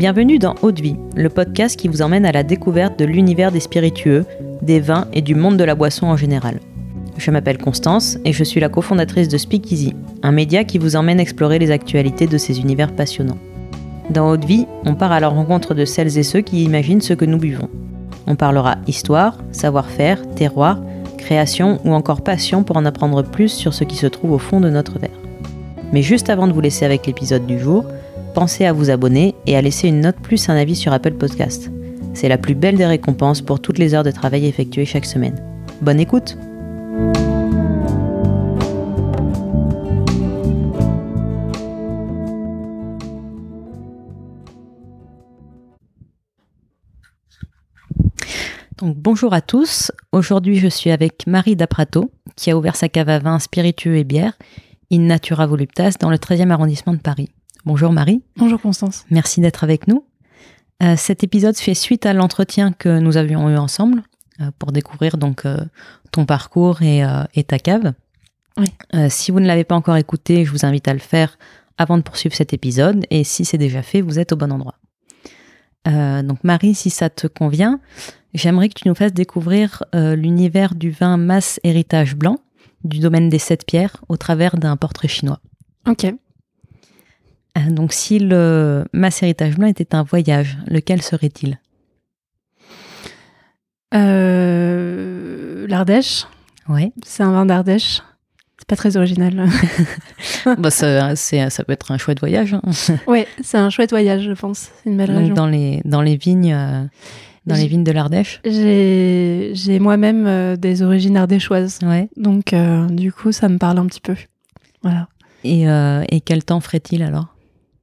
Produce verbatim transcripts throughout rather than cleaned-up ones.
Bienvenue dans Eau de Vie, le podcast qui vous emmène à la découverte de l'univers des spiritueux, des vins et du monde de la boisson en général. Je m'appelle Constance et je suis la cofondatrice de Speakeasy, un média qui vous emmène explorer les actualités de ces univers passionnants. Dans Eau de Vie, on part à la rencontre de celles et ceux qui imaginent ce que nous buvons. On parlera histoire, savoir-faire, terroir, création ou encore passion pour en apprendre plus sur ce qui se trouve au fond de notre verre. Mais juste avant de vous laisser avec l'épisode du jour, pensez à vous abonner et à laisser une note plus un avis sur Apple Podcast. C'est la plus belle des récompenses pour toutes les heures de travail effectuées chaque semaine. Bonne écoute! Donc, bonjour à tous. Aujourd'hui, je suis avec Marie Daprato, qui a ouvert sa cave à vin spiritueux et bière, In Natura Voluptas, dans le treizième arrondissement de Paris. Bonjour Marie. Bonjour Constance. Merci d'être avec nous. Euh, cet épisode fait suite à l'entretien que nous avions eu ensemble euh, pour découvrir donc euh, ton parcours et, euh, et ta cave. Oui. Euh, si vous ne l'avez pas encore écouté, je vous invite à le faire avant de poursuivre cet épisode. Et si c'est déjà fait, vous êtes au bon endroit. Euh, donc Marie, si ça te convient, j'aimerais que tu nous fasses découvrir euh, l'univers du vin Mas Héritage Blanc du domaine des Sept Pierres au travers d'un portrait chinois. Ok. Euh, donc si le Mas Héritage Blanc était un voyage, lequel serait-il ? euh, L'Ardèche. Ouais. C'est un vin d'Ardèche. C'est pas très original. bah, ça, c'est, ça peut être un chouette voyage. Hein. Ouais, c'est un chouette voyage, je pense. C'est une belle donc région. Dans les, dans les vignes... Euh... Dans j'ai, les vignes de l'Ardèche J'ai, j'ai moi-même euh, des origines ardéchoises. Ouais. Donc, euh, du coup, ça me parle un petit peu. Voilà. Et, euh, et quel temps ferait-il alors ?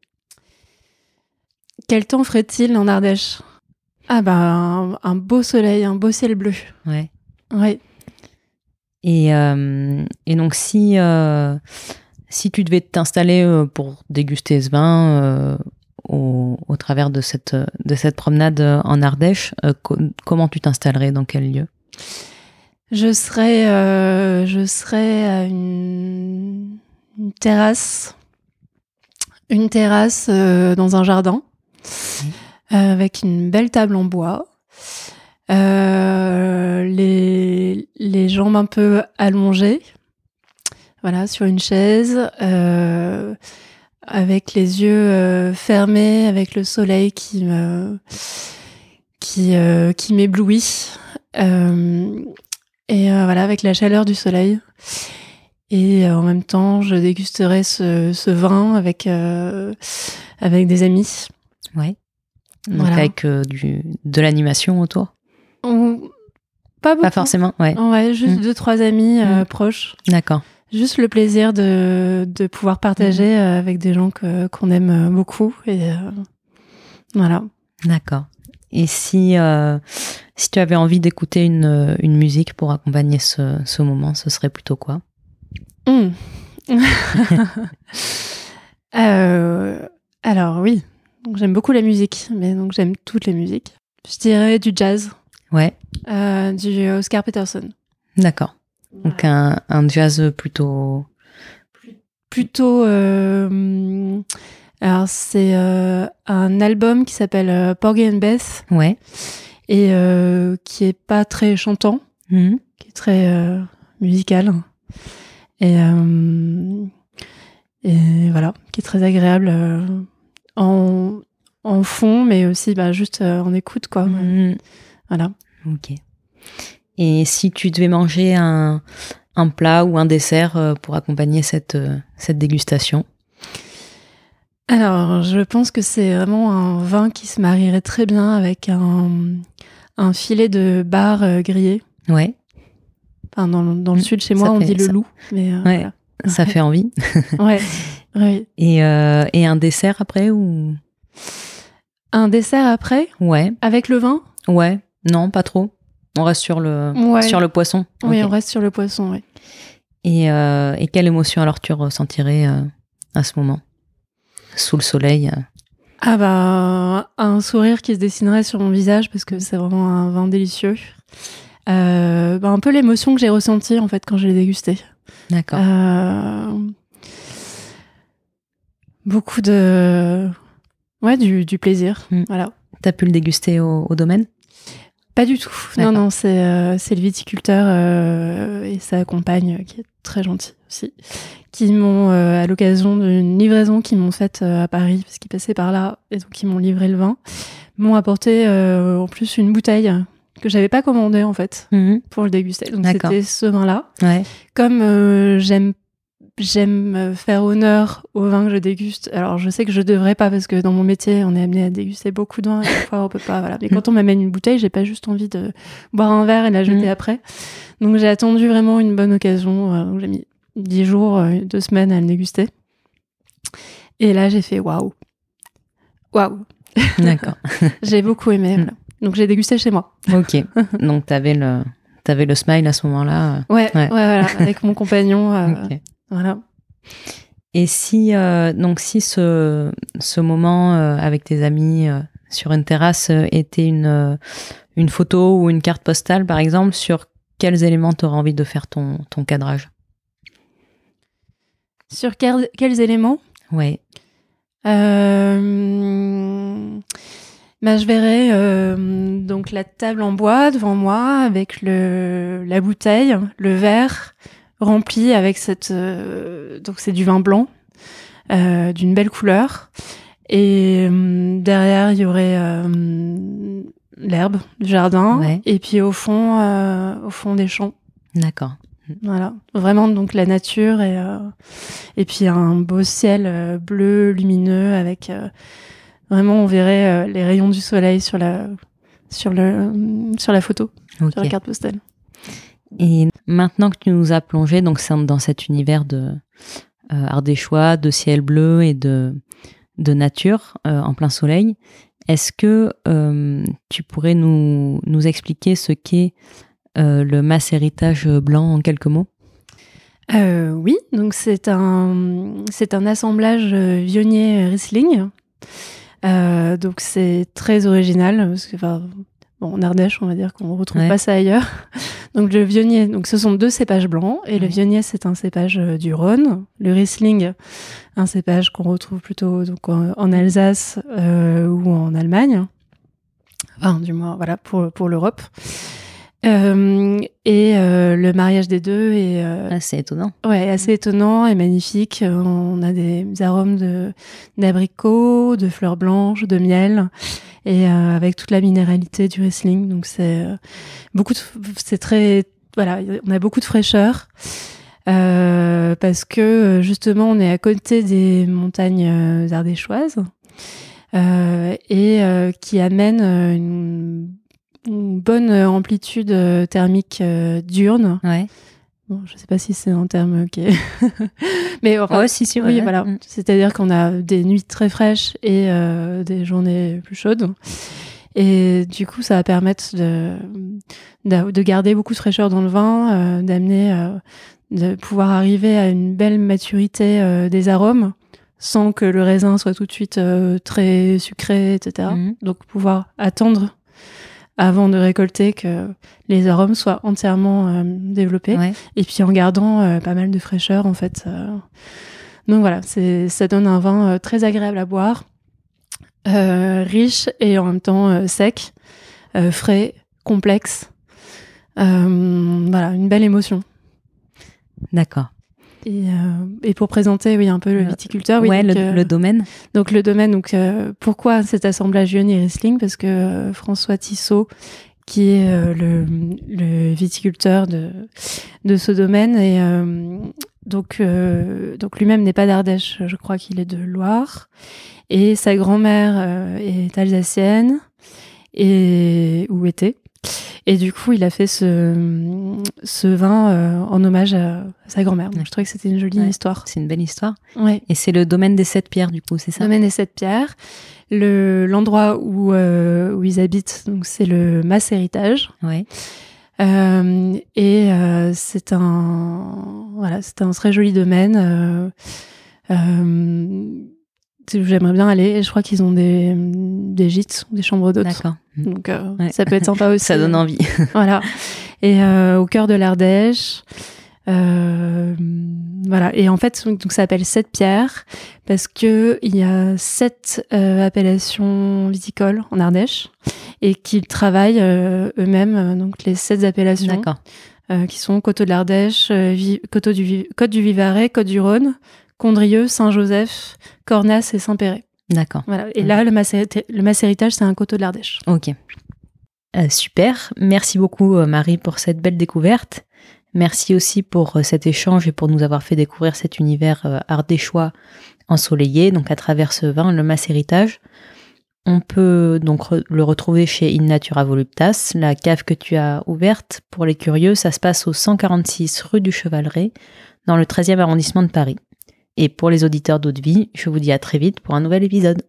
Quel temps ferait-il en Ardèche ? Ah bah, un, un beau soleil, un beau ciel bleu. Ouais. Ouais. Et, euh, et donc, si, euh, si tu devais t'installer euh, pour déguster ce vin... Euh, Au, au travers de cette, de cette promenade en Ardèche, euh, co- comment tu t'installerais, dans quel lieu ? Je serais, euh, je serais à une, une terrasse, une terrasse euh, dans un jardin, mmh. euh, avec une belle table en bois, euh, les, les jambes un peu allongées, voilà, sur une chaise, euh, avec les yeux euh, fermés, avec le soleil qui me, qui, euh, qui m'éblouit, euh, et euh, voilà, avec la chaleur du soleil. Et euh, en même temps, je dégusterai ce, ce vin avec, euh, avec des amis. Ouais. Donc voilà. avec euh, du, de l'animation autour ? On... Pas beaucoup. Pas forcément, ouais. Ouais, juste mmh. deux, trois amis euh, mmh. proches. D'accord. Juste le plaisir de, de pouvoir partager mmh. avec des gens que, qu'on aime beaucoup. Et euh, voilà. D'accord. Et si, euh, si tu avais envie d'écouter une, une musique pour accompagner ce, ce moment, ce serait plutôt quoi ? mmh. euh, Alors oui, donc, j'aime beaucoup la musique, mais donc j'aime toutes les musiques. Je dirais du jazz. Ouais. Euh, du Oscar Peterson. D'accord. Donc un, un jazz plutôt... Plutôt... Euh, alors c'est euh, un album qui s'appelle euh, Porgy and Bess. Ouais. Et euh, qui est pas très chantant. Mmh. Qui est très euh, musical. Et, euh, et voilà, qui est très agréable euh, en, en fond, mais aussi bah, juste euh, en écoute, quoi. Mmh. Voilà. Ok. Et si tu devais manger un, un plat ou un dessert pour accompagner cette, cette dégustation ? Alors, je pense que c'est vraiment un vin qui se marierait très bien avec un, un filet de bar euh, grillé. Ouais. Enfin, dans, dans le sud, chez moi, ça on fait, dit le ça... loup. Mais, euh, ouais, voilà. Ça fait envie. Ouais, oui. Et, euh, et un dessert après ou... Un dessert après ? Ouais. Avec le vin ? Ouais. Non, pas trop. On reste sur le, ouais. sur le poisson. Oui, okay. on reste sur le poisson, oui. Et, euh, et quelle émotion alors tu ressentirais euh, à ce moment ? Sous le soleil euh... Ah bah, un sourire qui se dessinerait sur mon visage parce que c'est vraiment un vin délicieux. Euh, bah, un peu l'émotion que j'ai ressentie en fait quand je l'ai dégusté. Ouais, du, du plaisir. Mm. Voilà. T'as pu le déguster au, au domaine ? Pas du tout. D'accord. Non, non, c'est, euh, c'est le viticulteur euh, et sa compagne, euh, qui est très gentille aussi, qui m'ont, euh, à l'occasion d'une livraison qu'ils m'ont faite euh, à Paris, parce qu'ils passaient par là, et donc ils m'ont livré le vin, m'ont apporté euh, en plus une bouteille que j'avais pas commandée, en fait, mm-hmm. pour le déguster. Donc D'accord. C'était ce vin-là. Ouais. Comme euh, j'aime J'aime faire honneur au vin que je déguste. Alors, je sais que je devrais pas, parce que dans mon métier, on est amené à déguster beaucoup de vin, et parfois, on peut pas, voilà. Mais quand on m'amène une bouteille, j'ai pas juste envie de boire un verre et la jeter mmh. après. Donc, j'ai attendu vraiment une bonne occasion. Donc, j'ai mis dix jours, deux semaines à le déguster. Et là, j'ai fait waouh. Waouh. D'accord. J'ai beaucoup aimé, voilà. Donc, j'ai dégusté chez moi. Ok. Donc, t'avais le, t'avais le smile à ce moment-là. Ouais, ouais, ouais voilà. Avec mon compagnon. Euh, okay. Voilà. Et si, euh, donc si ce, ce moment euh, avec tes amis euh, sur une terrasse euh, était une, euh, une photo ou une carte postale, par exemple, sur quels éléments tu aurais envie de faire ton, ton cadrage ? Sur quel, quels éléments ? Oui. Euh, bah, je verrais euh, donc la table en bois devant moi avec le, la bouteille, le verre rempli avec cette euh, donc c'est du vin blanc euh, d'une belle couleur, et euh, derrière il y aurait euh, l'herbe du jardin, ouais. Et puis au fond euh, au fond des champs. D'accord. Voilà, vraiment donc la nature, et euh, et puis un beau ciel euh, bleu lumineux avec euh, vraiment on verrait euh, les rayons du soleil sur la sur le sur la photo, okay. Sur la carte postale. Et maintenant que tu nous as plongé donc dans cet univers de euh, ardéchois, de ciel bleu et de, de nature euh, en plein soleil, est-ce que euh, tu pourrais nous, nous expliquer ce qu'est euh, le macéritage blanc en quelques mots ? euh, Oui, donc c'est un, c'est un assemblage Viognier Riesling. Euh, donc c'est très original, parce que enfin, bon, en Ardèche, on va dire qu'on ne retrouve ouais. pas ça ailleurs. Donc le Viognier, donc ce sont deux cépages blancs, et ouais. Le Viognier, c'est un cépage euh, du Rhône. Le Riesling, un cépage qu'on retrouve plutôt donc, en, en Alsace euh, ou en Allemagne. Enfin, du moins, voilà, pour, pour l'Europe. Euh, et euh, le mariage des deux est euh, assez étonnant. Ouais, assez étonnant et magnifique. On a des arômes de d'abricots, de fleurs blanches, de miel, et euh, avec toute la minéralité du Riesling. Donc c'est euh, beaucoup de, c'est très voilà, on a beaucoup de fraîcheur euh, parce que justement on est à côté des montagnes ardéchoises euh, et euh, qui amènent une une bonne amplitude thermique euh, diurne. Ouais. Bon, je sais pas si c'est un terme qui est... Mais enfin, ouais, si, si, oui, ouais. voilà. Mm. C'est-à-dire qu'on a des nuits très fraîches et euh, des journées plus chaudes. Et du coup, ça va permettre de, de, de garder beaucoup de fraîcheur dans le vin, euh, d'amener, euh, de pouvoir arriver à une belle maturité euh, des arômes, sans que le raisin soit tout de suite euh, très sucré, et cetera. Mm. Donc, pouvoir attendre avant de récolter, que les arômes soient entièrement euh, développés, ouais. Et puis en gardant euh, pas mal de fraîcheur, en fait. Euh... Donc voilà, c'est, ça donne un vin euh, très agréable à boire, euh, riche et en même temps euh, sec, euh, frais, complexe. Euh, voilà, une belle émotion. D'accord. Et, euh, et pour présenter, oui, un peu le viticulteur. Oui, ouais, donc, le, euh, le domaine. Donc le domaine, donc euh, pourquoi cet assemblage Viognier Riesling ? Parce que euh, François Tissot, qui est euh, le, le viticulteur de de ce domaine, et euh, donc euh, donc lui-même n'est pas d'Ardèche, je crois qu'il est de Loire, et sa grand-mère euh, est alsacienne, et ou était. Et du coup, il a fait ce, ce vin euh, en hommage à, à sa grand-mère. Donc, je trouvais que c'était une jolie ouais, histoire. C'est une belle histoire. Ouais. Et c'est le domaine des Sept Pierres, du coup, c'est ça ? Domaine des Sept Pierres. Le, l'endroit où, euh, où ils habitent, donc, c'est le Macéritage. Ouais. Euh, et euh, c'est un, voilà, c'est un très joli domaine. Euh, euh, J'aimerais bien aller, et je crois qu'ils ont des, des gîtes, des chambres d'hôtes. D'accord. Donc euh, ouais. Ça peut être sympa aussi. Ça donne envie. Voilà. Et euh, au cœur de l'Ardèche, Euh, voilà. Et en fait, donc ça s'appelle Sept Pierres parce que il y a sept euh, appellations viticoles en Ardèche et qu'ils travaillent euh, eux-mêmes euh, donc les sept appellations. D'accord. Euh, qui sont Coteaux de l'Ardèche, euh, Vi- Coteaux du Vi- Côte du Vivarais, Côte du Rhône, Condrieu, Saint-Joseph, Cornas et Saint-Péret. D'accord. Voilà. Et Ouais. là, le, macérita- le macéritage, c'est un Coteau de l'Ardèche. Ok. Euh, super. Merci beaucoup, euh, Marie, pour cette belle découverte. Merci aussi pour euh, cet échange et pour nous avoir fait découvrir cet univers euh, ardéchois ensoleillé, donc à travers ce vin, le macéritage. On peut donc re- le retrouver chez In Natura Voluptas, la cave que tu as ouverte. Pour les curieux, ça se passe au cent quarante-six rue du Chevaleret, dans le treizième arrondissement de Paris. Et pour les auditeurs d'Eau de Vie, je vous dis à très vite pour un nouvel épisode.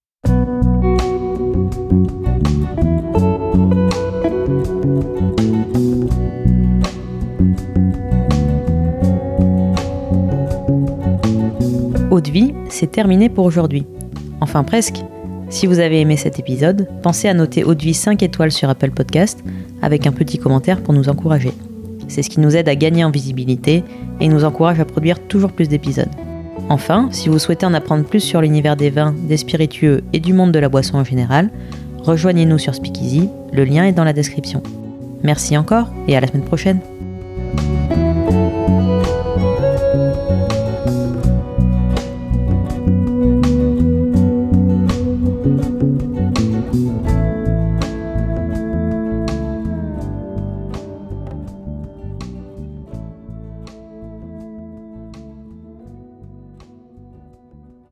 Eau de Vie, c'est terminé pour aujourd'hui. Enfin presque. Si vous avez aimé cet épisode, pensez à noter Eau de Vie cinq étoiles sur Apple Podcast avec un petit commentaire pour nous encourager. C'est ce qui nous aide à gagner en visibilité et nous encourage à produire toujours plus d'épisodes. Enfin, si vous souhaitez en apprendre plus sur l'univers des vins, des spiritueux et du monde de la boisson en général, rejoignez-nous sur Speakeasy, le lien est dans la description. Merci encore et à la semaine prochaine.